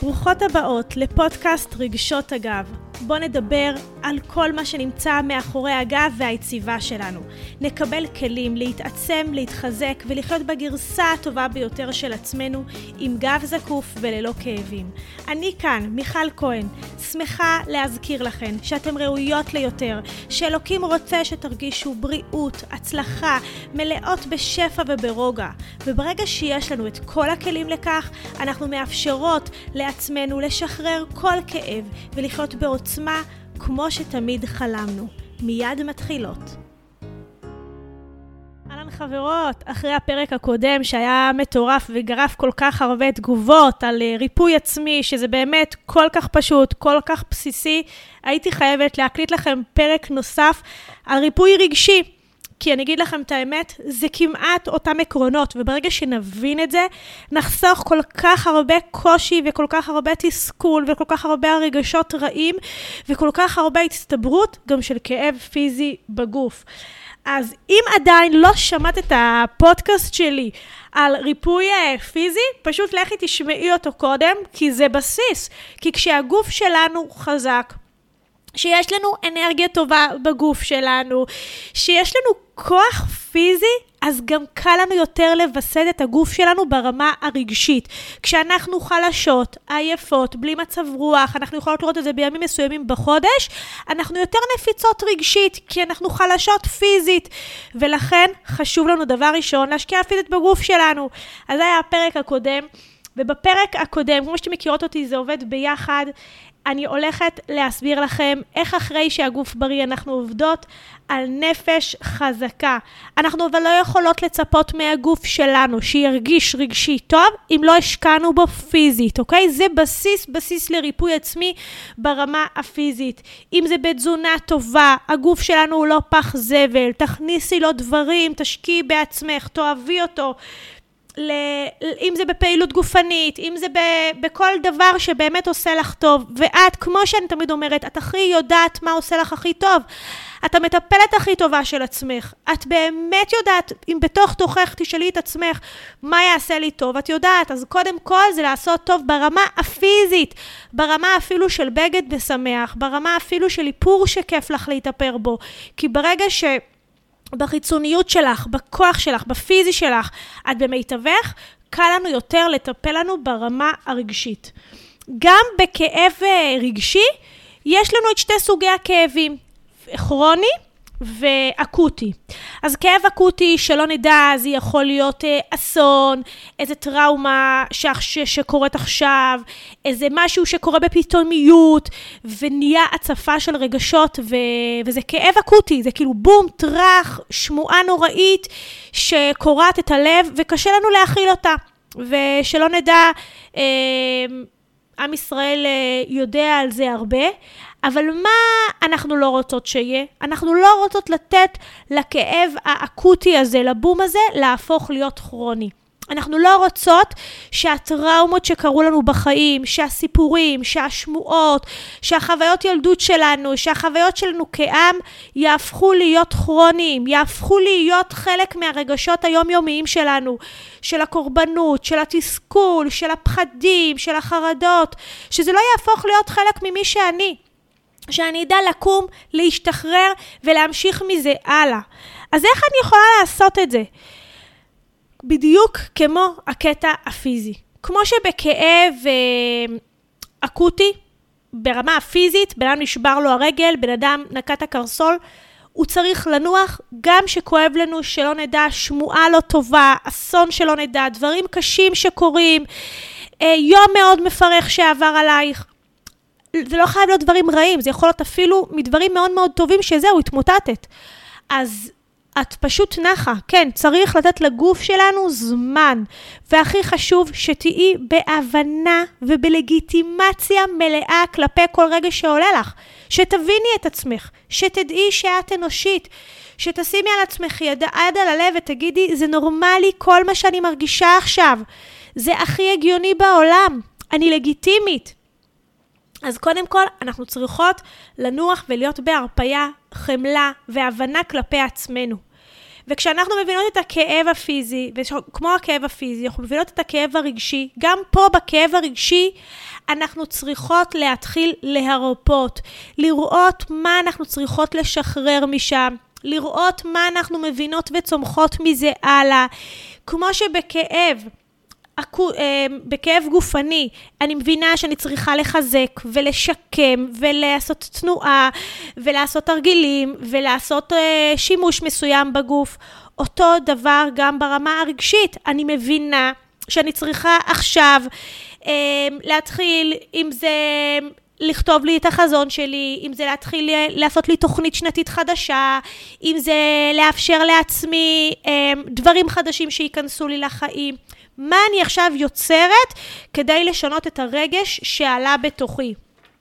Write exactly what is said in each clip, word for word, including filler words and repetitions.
ברוכות הבאות לפודקאסט רגשות הגב. בוא נדבר על כל מה שנמצא מאחורי הגב והיציבה שלנו. נקבל כלים להתעצם, להתחזק ולחיות בגרסה הטובה ביותר של עצמנו עם גב זקוף וללא כאבים. אני כאן, מיכל כהן, שמחה להזכיר לכן שאתם ראויות ליותר, שאלוקים רוצה שתרגישו בריאות, הצלחה, מלאות בשפע וברוגע. וברגע שיש לנו את כל הכלים לכך, אנחנו מאפשרות לעצמנו לשחרר כל כאב ולחיות בעוצמה כמו שתמיד חלמנו. מיד מתחילות. אהלן חברות, אחרי הפרק הקודם שהיה מטורף וגרף כל כך הרבה תגובות על ריפוי עצמי, שזה באמת כל כך פשוט, כל כך בסיסי, הייתי חייבת להקליט לכם פרק נוסף על ריפוי רגשי. כי אני אגיד לכם את האמת, זה כמעט אותם עקרונות, וברגע שנבין את זה, נחסוך כל כך הרבה קושי, וכל כך הרבה תסכול, וכל כך הרבה רגשות רעים, וכל כך הרבה הצטברות, גם של כאב פיזי בגוף. אז אם עדיין לא שמעת את הפודקאסט שלי על ריפוי פיזי, פשוט לכי תשמעי אותו קודם, כי זה בסיס. כי כשהגוף שלנו חזק, שיש לנו אנרגיה טובה בגוף שלנו, שיש לנו כוח פיזי, אז גם קל לנו יותר לבסד את הגוף שלנו ברמה הרגשית. כשאנחנו חלשות, עייפות, בלי מצב רוח, אנחנו יכולות לראות את זה בימים מסוימים בחודש, אנחנו יותר נפיצות רגשית, כי אנחנו חלשות פיזית, ולכן חשוב לנו דבר ראשון, להשקיע פיזית בגוף שלנו. אז זה היה הפרק הקודם, ובפרק הקודם, כמו שאתם מכירות אותי, זה עובד ביחד, אני הולכת להסביר לכם איך אחרי שהגוף בריא אנחנו עובדות על נפש חזקה. אנחנו אבל לא יכולות לצפות מהגוף שלנו שירגיש רגשי טוב אם לא השקענו בו פיזית, אוקיי? זה בסיס, בסיס לריפוי עצמי ברמה הפיזית. אם זה בתזונה טובה, הגוף שלנו הוא לא פח זבל, תכניסי לו דברים, תשקיעי בעצמך, תאהבי אותו. ל... אם זה בפעילות גופנית, אם זה ב... בכל דבר שבאמת עושה לך טוב, ואת, כמו שאני תמיד אומרת, את הכי יודעת מה עושה לך הכי טוב, את המטפלת הכי טובה של עצמך, את באמת יודעת, אם בתוך תוכך תשאלי את עצמך, מה יעשה לי טוב, את יודעת, אז קודם כל זה לעשות טוב ברמה הפיזית, ברמה אפילו של בגד משמח, ברמה אפילו של איפור שכיף לך להתאפר בו, כי ברגע ש... בחיצוניות שלך, בכוח שלך, בפיזי שלך, את במיטבך, קל לנו יותר לטפל לנו ברמה הרגשית. גם בכאב רגשי, יש לנו את שתי סוגי הכאבים, כרוני ואקוטי. אז כאב אקוטי שלא נדע, זה יכול להיות אסון, איזה טראומה ש- ש- שקורית עכשיו, איזה משהו שקורה בפתאומיות, ונהיה הצפה של רגשות, ו- וזה כאב אקוטי, זה כאילו בום, טרח, שמועה נוראית, שקוראת את הלב, וקשה לנו להכיל אותה. ושלא נדע, אה, עם ישראל יודע על זה הרבה, אבל מה אנחנו לא רוצות שיהיה? אנחנו לא רוצות לתת לכאב האקוטי הזה, לבום הזה, להפוך להיות כרוני. אנחנו לא רוצות שהטראומות שקרו לנו בחיים, שהסיפורים, שהשמועות, שהחוויות ילדות שלנו, שהחוויות שלנו כעם, יהפכו להיות כרוניים, יהפכו להיות חלק מהרגשות היומיומיים שלנו, של הקורבנות, של התסכול, של הפחדים, של החרדות, שזה לא יהפוך להיות חלק ממי שאני. שאני אדע לקום, להשתחרר ולהמשיך מזה הלאה. אז איך אני יכולה לעשות את זה? בדיוק כמו הקטע הפיזי. כמו שבכאב אה, אקוטי, ברמה הפיזית, בן אדם נשבר לו הרגל, בן אדם נקט הקרסול, הוא צריך לנוח, גם שכואב לנו שלא נדע, שמועה לא טובה, אסון שלא נדע, דברים קשים שקורים, אה, יום מאוד מפרך שעבר עלייך. זה לא חייב להיות דברים רעים, זה יכול להיות אפילו מדברים מאוד מאוד טובים שזהו, התמוטטת. אז את פשוט נחה, כן, צריך לתת לגוף שלנו זמן, והכי חשוב שתהיי בהבנה ובלגיטימציה מלאה כלפי כל רגע שעולה לך, שתביני את עצמך, שתדעי שאת אנושית, שתשימי על עצמך יד עד על הלב ותגידי, זה נורמלי כל מה שאני מרגישה עכשיו, זה הכי הגיוני בעולם, אני לגיטימית. אז קודם כל, אנחנו צריכות לנוח ולהיות בהרפיה, חמלה והבנה כלפי עצמנו. וכשאנחנו מבינות את הכאב הפיזי, וכמו הכאב הפיזי, אנחנו מבינות את הכאב הרגשי, גם פה בכאב הרגשי, אנחנו צריכות להתחיל להרפות, לראות מה אנחנו צריכות לשחרר משם, לראות מה אנחנו מבינות וצומחות מזה הלאה. כמו שבכאב, בכאב גופני, אני מבינה שאני צריכה לחזק ולשקם ולעשות תנועה ולעשות תרגילים ולעשות שימוש מסוים בגוף. אותו דבר גם ברמה הרגשית. אני מבינה שאני צריכה עכשיו להתחיל, אם זה לכתוב לי את החזון שלי, אם זה להתחיל לעשות לי תוכנית שנתית חדשה, אם זה לאפשר לעצמי דברים חדשים שיכנסו לי לחיים. מה אני עכשיו יוצרת כדי לשנות את הרגש שעלה בתוכי?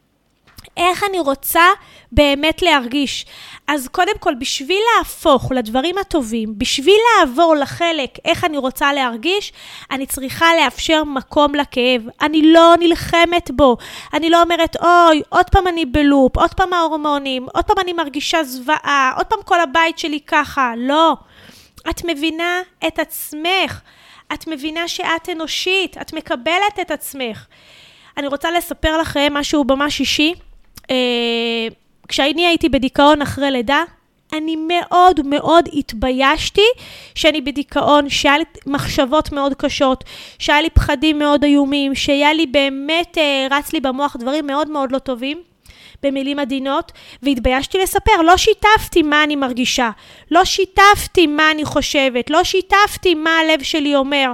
איך אני רוצה באמת להרגיש? אז קודם כל, בשביל להפוך לדברים הטובים, בשביל לעבור לחלק איך אני רוצה להרגיש, אני צריכה לאפשר מקום לכאב. אני לא נלחמת בו. אני לא אומרת, אוי, עוד פעם אני בלופ, עוד פעם ההורמונים, עוד פעם אני מרגישה זוועה, עוד פעם כל הבית שלי ככה. לא. את מבינה את עצמך. את מבינה שאת אנושית, את מקבלת את עצמך. אני רוצה לספר לכם משהו ממש אישי. אה, כשאני הייתי בדיכאון אחרי לידה, אני מאוד מאוד התביישתי שאני בדיכאון, שהיה לי מחשבות מאוד קשות, שהיה לי פחדים מאוד איומים, שהיה לי באמת אה, רץ לי במוח דברים מאוד מאוד לא טובים. במילים עדינות, והתביישתי לספר, לא שיתפתי מה אני מרגישה, לא שיתפתי מה אני חושבת, לא שיתפתי מה הלב שלי אומר,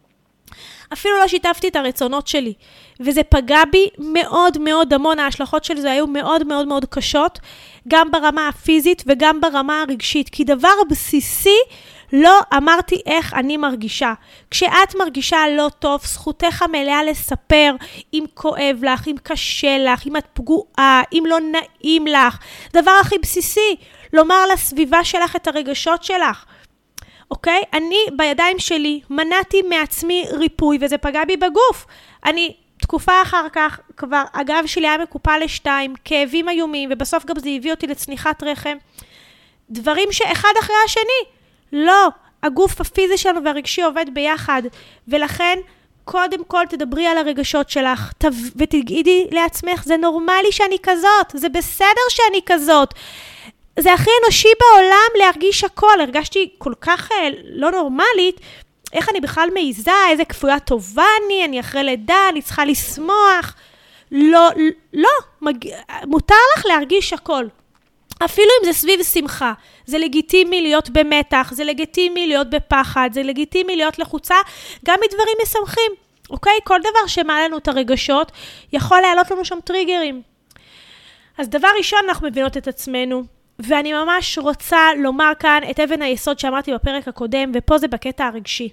אפילו לא שיתפתי את הרצונות שלי, וזה פגע בי מאוד מאוד המון, ההשלכות של זה היו מאוד מאוד מאוד קשות, גם ברמה הפיזית וגם ברמה הרגשית, כי דבר בסיסי, לא אמרתי איך אני מרגישה. כשאת מרגישה לא טוב, זכותך המלאה לספר אם כואב לך, אם קשה לך, אם את פגועה, אם לא נעים לך. דבר הכי בסיסי, לומר לסביבה שלך את הרגשות שלך. אוקיי? אני בידיים שלי מנעתי מעצמי ריפוי, וזה פגע בי בגוף. אני תקופה אחר כך, כבר הגב שלי היה מקופל לשתיים, כאבים איומים, ובסוף גם זה הביא אותי לצניחת רחם. דברים שאחד אחרי השני. לא, הגוף הפיזי שלנו והרגשי עובד ביחד, ולכן קודם כל תדברי על הרגשות שלך, ותגידי לעצמך, זה נורמלי שאני כזאת, זה בסדר שאני כזאת, זה הכי אנושי בעולם להרגיש הכל, הרגשתי כל כך לא נורמלית, איך אני בכלל מעיזה, איזה כפויה טובה אני, אני אחרי לידה, אני צריכה לשמוח, לא, לא, מג... מותר לך להרגיש הכל. אפילו אם זה סביב שמחה, זה לגיטימי להיות במתח, זה לגיטימי להיות בפחד, זה לגיטימי להיות לחוצה, גם מדברים משמחים, אוקיי? כל דבר שמעלה לנו את הרגשות, יכול להעלות לנו שם טריגרים. אז דבר ראשון, אנחנו מבינות את עצמנו, ואני ממש רוצה לומר כאן את אבן היסוד שאמרתי בפרק הקודם, ופה זה בקטע הרגשי.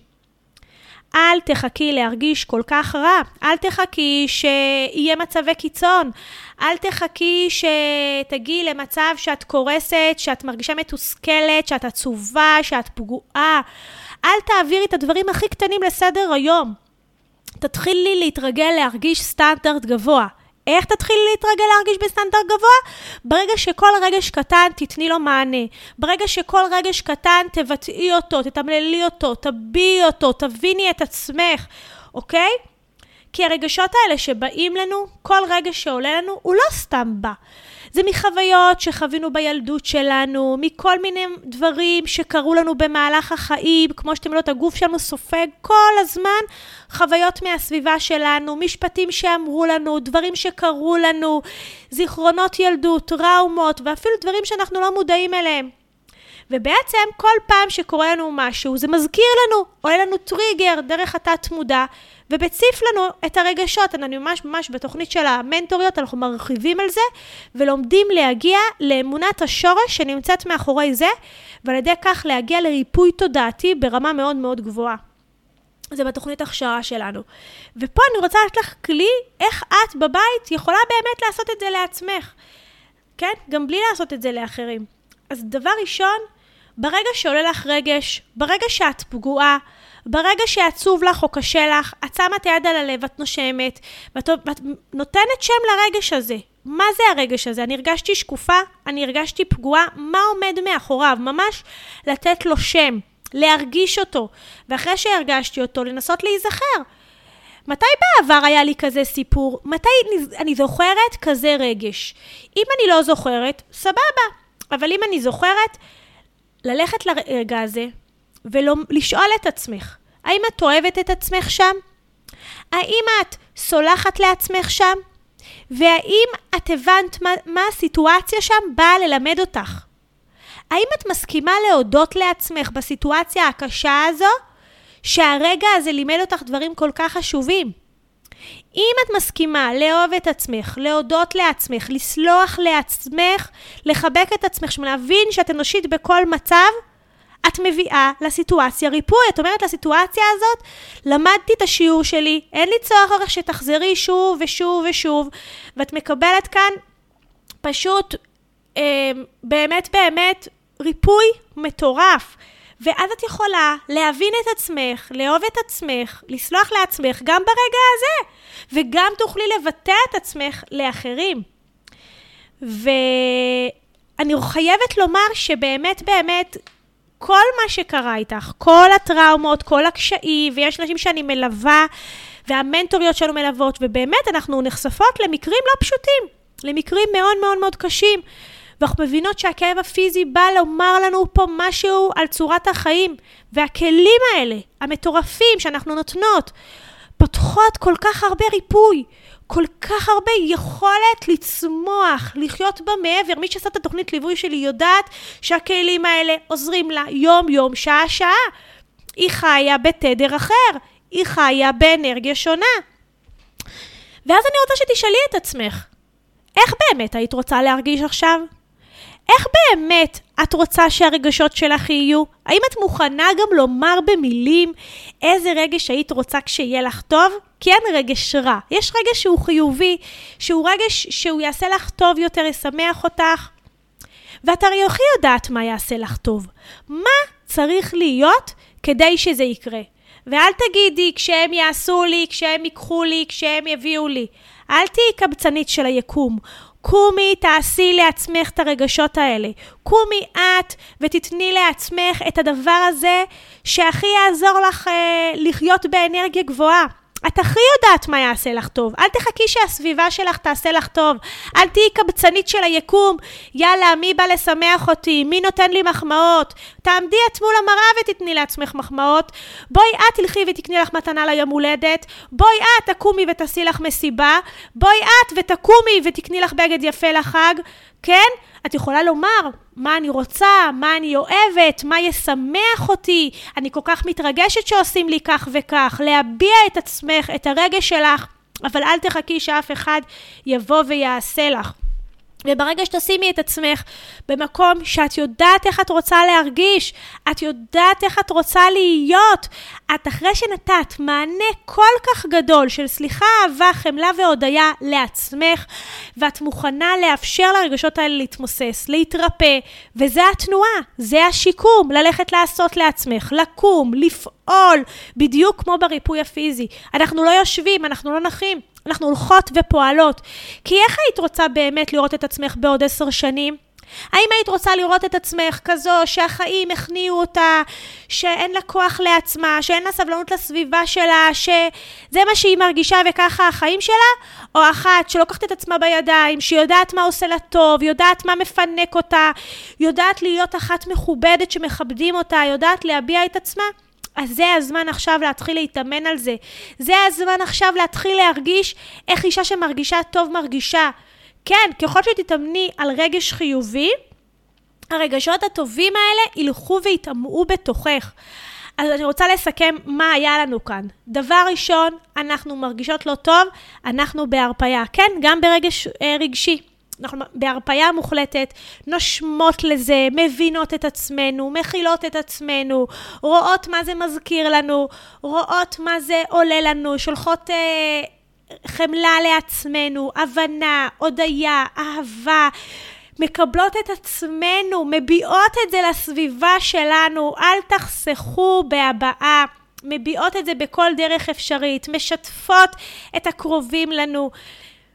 אל תחכי להרגיש כל כך רע, אל תחכי שיהיה מצבי קיצון, אל תחכי שתגיעי למצב שאת קורסת, שאת מרגישה מתוסכלת, שאת עצובה, שאת פגועה. אל תעבירי את הדברים הכי קטנים לסדר היום. תתחילי להתרגל להרגיש סטנדרט גבוה. איך תתחילי להתרגל להרגיש בסטנדרט גבוה? ברגע שכל רגש קטן תתני לו מענה. ברגע שכל רגש קטן תבטאי אותו, תתמללי אותו, תביעי אותו, תביני את עצמך, אוקיי? כי הרגשות האלה שבאים לנו, כל רגש שעולה לנו, הוא לא סתם בא. זה מחוויות שחווינו בילדות שלנו, מכל מיני דברים שקרו לנו במהלך החיים, כמו שאתם יודעות, הגוף שלנו סופג כל הזמן חוויות מהסביבה שלנו, משפטים שאמרו לנו, דברים שקרו לנו, זיכרונות ילדות, טראומות, ואפילו דברים שאנחנו לא מודעים אליהם. ובעצם כל פעם שקורה לנו משהו, זה מזכיר לנו, עולה לנו טריגר דרך התת מודע, ובציף לנו את הרגשות. אני ממש ממש בתוכנית של המנטוריות, אנחנו מרחיבים על זה, ולומדים להגיע לאמונת השורש שנמצאת מאחורי זה, ועל ידי כך להגיע לריפוי תודעתי ברמה מאוד מאוד גבוהה. זה בתוכנית הכשרה שלנו. ופה אני רוצה לתת לך כלי, איך את בבית יכולה באמת לעשות את זה לעצמך. כן? גם בלי לעשות את זה לאחרים. אז דבר ראשון, ברגע שעולה לך רגש, ברגע שאת פגועה, ברגע שעצוב לך או קשה לך, את שמה את היד על הלב, את נושמת, ואת, ואת נותנת שם לרגש הזה, מה זה הרגש הזה? אני הרגשתי שקופה, אני הרגשתי פגועה, מה עומד מאחוריו? ממש לתת לו שם, להרגיש אותו, ואחרי שהרגשתי אותו, לנסות להיזכר. מתי בעבר היה לי כזה סיפור? מתי אני זוכרת כזה רגש? אם אני לא זוכרת, סבבה. אבל אם אני זוכרת, ללכת לרגע הזה, ולשאול את עצמך, האם את אוהבת את עצמך שם? האם את סולחת לעצמך שם? והאם את הבנת מה, מה הסיטואציה שם באה ללמד אותך? האם את מסכימה להודות לעצמך בסיטואציה הקשה הזו, שהרגע הזה לימד אותך דברים כל כך חשובים? אם את מסכימה לאהוב את עצמך, להודות לעצמך, לסלוח לעצמך, לחבק את עצמך, להבין שאת אנושית בכל מצב, את מביאה לסיטואציה ריפוי. את אומרת לסיטואציה הזאת, למדתי את השיעור שלי, אין לי צורך שתחזרי שוב ושוב ושוב, ואת מקבלת כאן פשוט אה, באמת באמת ריפוי מטורף. ואז את יכולה להבין את עצמך, לאהוב את עצמך, לסלוח לעצמך גם ברגע הזה, וגם תוכלי לבטא את עצמך לאחרים. ואני חייבת לומר שבאמת באמת, כל מה שקרה איתך, כל הטראומות, כל הקשיים, ויש אנשים שאני מלווה, והמנטוריות שלנו מלוות, ובאמת אנחנו נחשפות למקרים לא פשוטים, למקרים מאוד מאוד מאוד קשים, ואנחנו מבינות שהכאב הפיזי בא לומר לנו פה משהו על צורת החיים, והכלים האלה, המטורפים שאנחנו נותנות, פותחות כל כך הרבה ריפוי, כל כך הרבה יכולת לצמוח, לחיות בה מעבר. מי שעשה את התוכנית ליווי שלי יודעת שהכלים האלה עוזרים לה יום יום, שעה שעה. היא חיה בתדר אחר, היא חיה באנרגיה שונה. ואז אני רוצה שתשאלי את עצמך, איך באמת היית רוצה להרגיש עכשיו? איך באמת את רוצה שהרגשות שלך יהיו? האם את מוכנה גם לומר במילים איזה רגש היית רוצה כשיהיה לך טוב? כי אין רגש רע. יש רגש שהוא חיובי, שהוא רגש שהוא יעשה לך טוב יותר, ישמח אותך. ואת הרי הכי יודעת מה יעשה לך טוב. מה צריך להיות כדי שזה יקרה? ואל תגידי כשהם יעשו לי, כשהם ייקחו לי, כשהם יביאו לי. אל תהי קבצנית של היקום. קומי, תעשי לעצמך את הרגשות האלה. קומי את ותתני לעצמך את הדבר הזה שהכי יעזור לך אה, לחיות באנרגיה גבוהה. את הכי יודעת מה יעשה לך טוב. אל תחכי שהסביבה שלך תעשה לך טוב. אל תהי קבצנית של היקום. יאללה, מי בא לשמח אותי? מי נותן לי מחמאות? תעמדי את מול המראה ותתני לעצמך מחמאות. בואי את תלכי ותקני לך מתנה ליום הולדת. בואי את תקומי ותעשי לך מסיבה. בואי את ותקומי ותקני לך בגד יפה לחג. כן? את יכולה לומר מה אני רוצה, מה אני אוהבת, מה ישמח אותי. אני כל כך מתרגשת שעושים לי כך וכך. להביע את עצמך, את הרגש שלך, אבל אל תחכי שאף אחד יבוא ויעשה לך. וברגע שתשימי את עצמך במקום שאת יודעת איך את רוצה להרגיש, את יודעת איך את רוצה להיות, את אחרי שנתת מענה כל כך גדול של סליחה, אהבה, חמלה והודיה לעצמך, ואת מוכנה לאפשר לרגשות האלה להתמוסס, להתרפא, וזה התנועה, זה השיקום, ללכת לעשות לעצמך, לקום, לפעול, בדיוק כמו בריפוי הפיזי. אנחנו לא יושבים, אנחנו לא נחים. אנחנו הולכות ופועלות. כי איך היית רוצה באמת לראות את עצמך בעוד עשר שנים? האם היית רוצה לראות את עצמך כזו שהחיים הכניעו אותה, שאין לה כוח לעצמה, שאין לה סבלנות לסביבה שלה, שזה מה שהיא מרגישה וככה החיים שלה? או אחת שלוקחת את עצמה בידיים, שיודעת מה עושה לה טוב, יודעת מה מפנק אותה, יודעת להיות אחת מכובדת שמכבדים אותה, יודעת להביע את עצמה? אז זה הזמן עכשיו להתחיל להתאמן על זה. זה הזמן עכשיו להתחיל להרגיש איך אישה שמרגישה טוב מרגישה. כן, ככל שתתאמני על רגש חיובי, הרגשות הטובים האלה ילכו ויתאמעו בתוכך. אז אני רוצה לסכם מה היה לנו כאן. דבר ראשון, אנחנו מרגישות לא טוב, אנחנו בהרפאיה. כן, גם ברגש אה, רגשי. אנחנו בהרפאיה מוחלטת, נושמות לזה, מבינות את עצמנו, מכילות את עצמנו, רואות מה זה מזכיר לנו, רואות מה זה עולה לנו, שולחות אה, חמלה לעצמנו, הבנה, הודיה, אהבה, מקבלות את עצמנו, מביעות את זה לסביבה שלנו, אל תחסכו בהבעה, מביעות את זה בכל דרך אפשרית, משתפות את הקרובים לנו,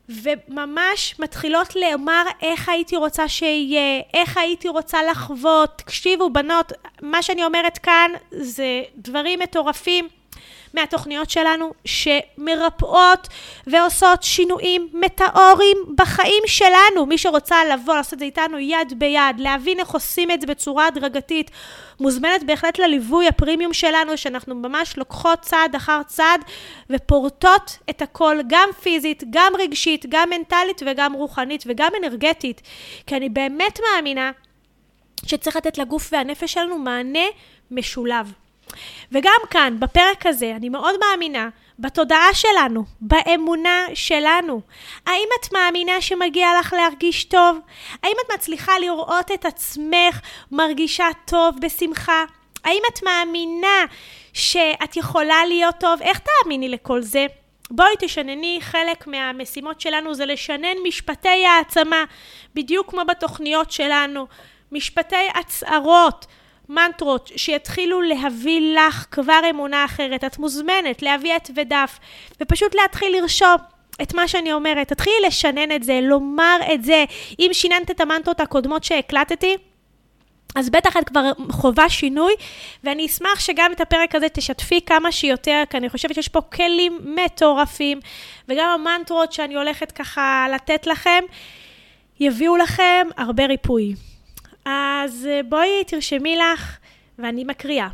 וממש מתחילות לומר איך הייתי רוצה שיהיה, איך הייתי רוצה לחוות. תקשיבו בנות, מה שאני אומרת כאן זה דברים מטורפים מהתוכניות שלנו שמרפאות ועושות שינויים מטאוריים בחיים שלנו. מי שרוצה לבוא, לעשות את זה איתנו יד ביד, להבין איך עושים את זה בצורה הדרגתית, מוזמנת בהחלט לליווי הפרימיום שלנו, שאנחנו ממש לוקחות צעד אחר צעד ופורטות את הכל, גם פיזית, גם רגשית, גם מנטלית וגם רוחנית וגם אנרגטית. כי אני באמת מאמינה שצריך לתת לגוף והנפש שלנו מענה משולב. וגם כאן, בפרק הזה, אני מאוד מאמינה בתודעה שלנו, באמונה שלנו. האם את מאמינה שמגיע לך להרגיש טוב? האם את מצליחה לראות את עצמך מרגישה טוב, בשמחה? האם את מאמינה שאת יכולה להיות טוב? איך תאמיני לכל זה? בואי תשנני, חלק מהמשימות שלנו זה לשנן משפטי העצמה, בדיוק כמו בתוכניות שלנו, משפטי הצהרות, מנטרות שיתחילו להביא לך כבר אמונה אחרת. את מוזמנת להביא את ודף ופשוט להתחיל לרשום את מה שאני אומרת. תתחילי לשנן את זה, לומר את זה. אם שיננת את המנטרות הקודמות שהקלטתי, אז בטח את כבר חובה שינוי, ואני אשמח שגם את הפרק הזה תשתפי כמה שיותר, כי אני חושבת שיש פה כלים מטורפים, וגם המנטרות שאני הולכת ככה לתת לכם, יביאו לכם הרבה ריפוי. אז בואי תרשמי לך, ואני מקריאה.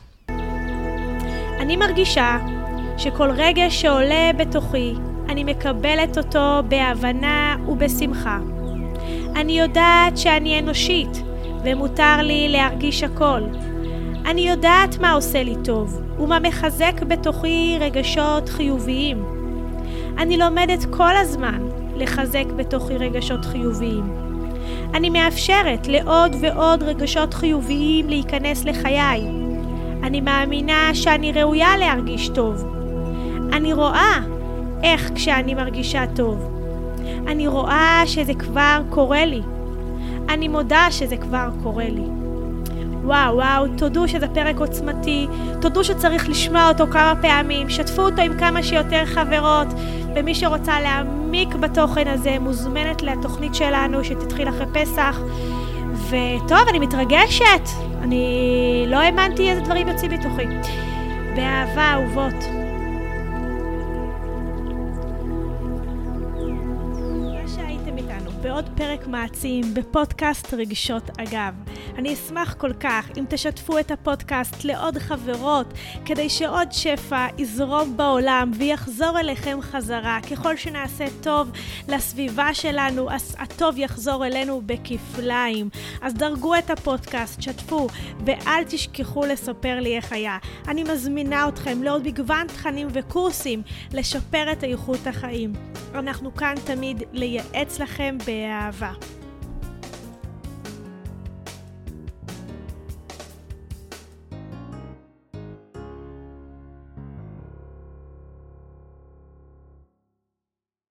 אני מרגישה שכל רגש שעולה בתוכי, אני מקבלת אותו בהבנה ובשמחה. אני יודעת שאני אנושית, ומותר לי להרגיש הכל. אני יודעת מה עושה לי טוב, ומה מחזק בתוכי רגשות חיוביים. אני לומדת כל הזמן לחזק בתוכי רגשות חיוביים. אני מאפשרת לעוד ועוד רגשות חיוביים להיכנס לחיי. אני מאמינה שאני ראויה להרגיש טוב. אני רואה איך כשאני מרגישה טוב. אני רואה שזה כבר קורה לי. אני מודה שזה כבר קורה לי. וואו, וואו, תודו שזה פרק עוצמתי, תודו שצריך לשמוע אותו כמה פעמים, שתפו אותו עם כמה שיותר חברות, ומי שרוצה להעמיק בתוכן הזה, מוזמנת לתוכנית שלנו שתתחיל אחרי פסח. וטוב, אני מתרגשת, אני לא האמנתי איזה דברים יוצאים מתוכי. באהבה, אהובות. בעוד פרק מעצים בפודקאסט רגשות אגב. אני אשמח כל כך אם תשתפו את הפודקאסט לעוד חברות, כדי שעוד שפע יזרום בעולם ויחזור אליכם חזרה. ככל שנעשה טוב לסביבה שלנו, אז הטוב יחזור אלינו בכפליים. אז דרגו את הפודקאסט, שתפו, ואל תשכחו לספר לי איך היה. אני מזמינה אתכם לעוד מגוון תכנים וקורסים לשפר את איכות החיים. אנחנו כאן תמיד לייעץ לכם באהבה.